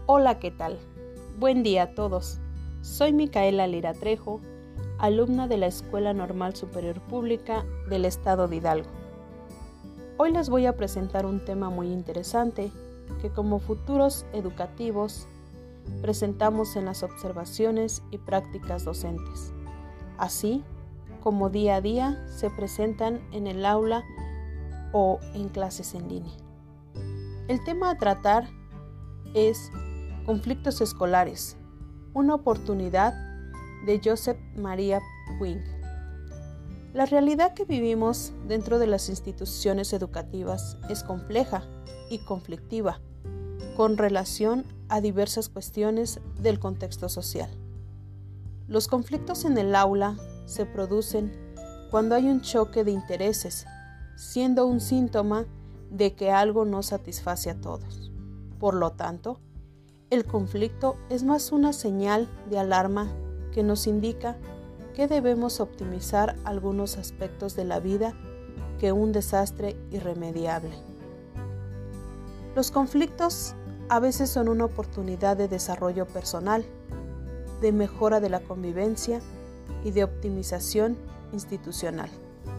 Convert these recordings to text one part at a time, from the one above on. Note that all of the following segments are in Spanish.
Hola, ¿qué tal? Buen día a todos. Soy Micaela Lira Trejo, alumna de la Escuela Normal Superior Pública del Estado de Hidalgo. Hoy les voy a presentar un tema muy interesante que como futuros educativos presentamos en las observaciones y prácticas docentes, así como día a día se presentan en el aula o en clases en línea. El tema a tratar es conflictos escolares, una oportunidad de Josep Maria Puig. La realidad que vivimos dentro de las instituciones educativas es compleja y conflictiva con relación a diversas cuestiones del contexto social. Los conflictos en el aula se producen cuando hay un choque de intereses, siendo un síntoma de que algo no satisface a todos. Por lo tanto, el conflicto es más una señal de alarma que nos indica que debemos optimizar algunos aspectos de la vida que un desastre irremediable. Los conflictos a veces son una oportunidad de desarrollo personal, de mejora de la convivencia y de optimización institucional.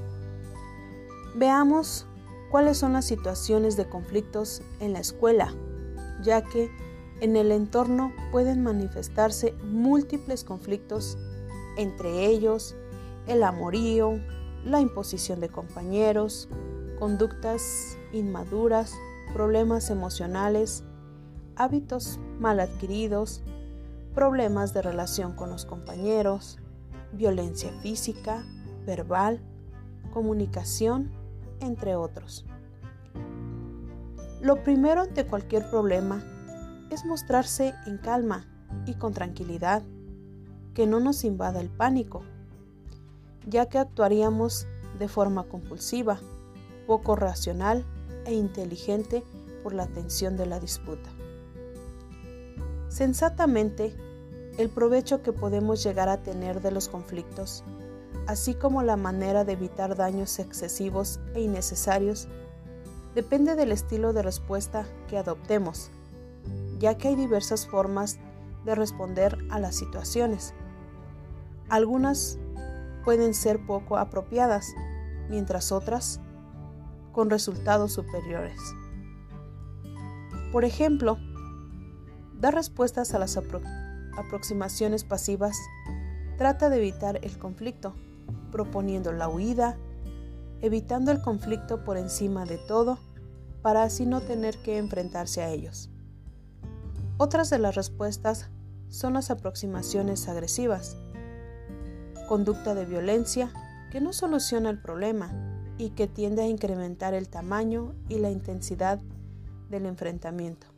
Veamos cuáles son las situaciones de conflictos en la escuela, ya que en el entorno pueden manifestarse múltiples conflictos, entre ellos el amorío, la imposición de compañeros, conductas inmaduras, problemas emocionales, hábitos mal adquiridos, problemas de relación con los compañeros, violencia física, verbal, comunicación, entre otros. Lo primero ante cualquier problema es mostrarse en calma y con tranquilidad, que no nos invada el pánico, ya que actuaríamos de forma compulsiva, poco racional e inteligente por la tensión de la disputa. Sensatamente, el provecho que podemos llegar a tener de los conflictos, así como la manera de evitar daños excesivos e innecesarios, depende del estilo de respuesta que adoptemos, ya que hay diversas formas de responder a las situaciones. Algunas pueden ser poco apropiadas, mientras otras con resultados superiores. Por ejemplo, dar respuestas a las aproximaciones pasivas trata de evitar el conflicto, proponiendo la huida, evitando el conflicto por encima de todo, para así no tener que enfrentarse a ellos. Otras de las respuestas son las aproximaciones agresivas, conducta de violencia que no soluciona el problema y que tiende a incrementar el tamaño y la intensidad del enfrentamiento.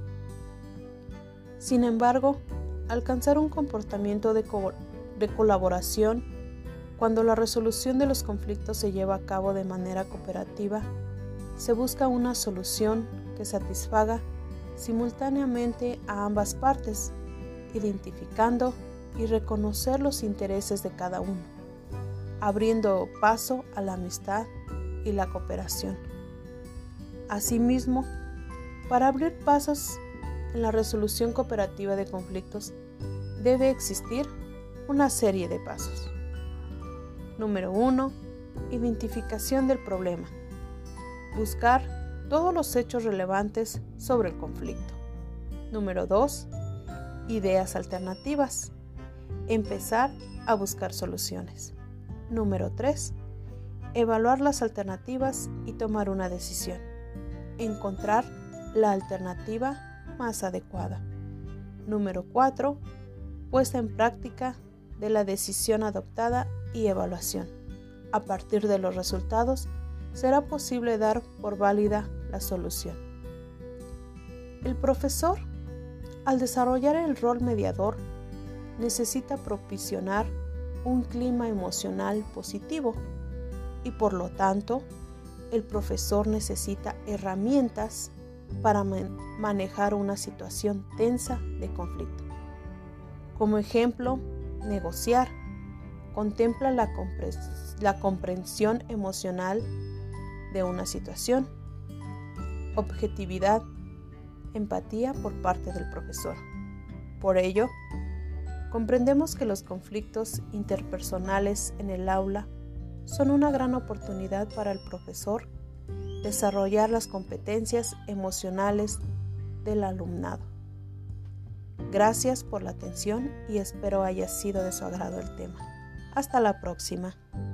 Sin embargo, alcanzar un comportamiento de colaboración cuando la resolución de los conflictos se lleva a cabo de manera cooperativa, se busca una solución que satisfaga simultáneamente a ambas partes, identificando y reconocer los intereses de cada uno, abriendo paso a la amistad y la cooperación. Asimismo, para abrir pasos en la resolución cooperativa de conflictos, debe existir una serie de pasos. Número 1. Identificación del problema. Buscar todos los hechos relevantes sobre el conflicto. Número 2. Ideas alternativas. Empezar a buscar soluciones. Número 3. Evaluar las alternativas y tomar una decisión. Encontrar la alternativa más adecuada. Número 4. Puesta en práctica de la decisión adoptada y evaluación. A partir de los resultados, será posible dar por válida la solución. El profesor, al desarrollar el rol mediador, necesita proporcionar un clima emocional positivo y por lo tanto, el profesor necesita herramientas para manejar una situación tensa de conflicto. Como ejemplo, negociar. Contempla la comprensión emocional de una situación. Objetividad. empatía por parte del profesor. Por ello, comprendemos que los conflictos interpersonales en el aula son una gran oportunidad para el profesor desarrollar las competencias emocionales del alumnado. Gracias por la atención y espero haya sido de su agrado el tema. Hasta la próxima.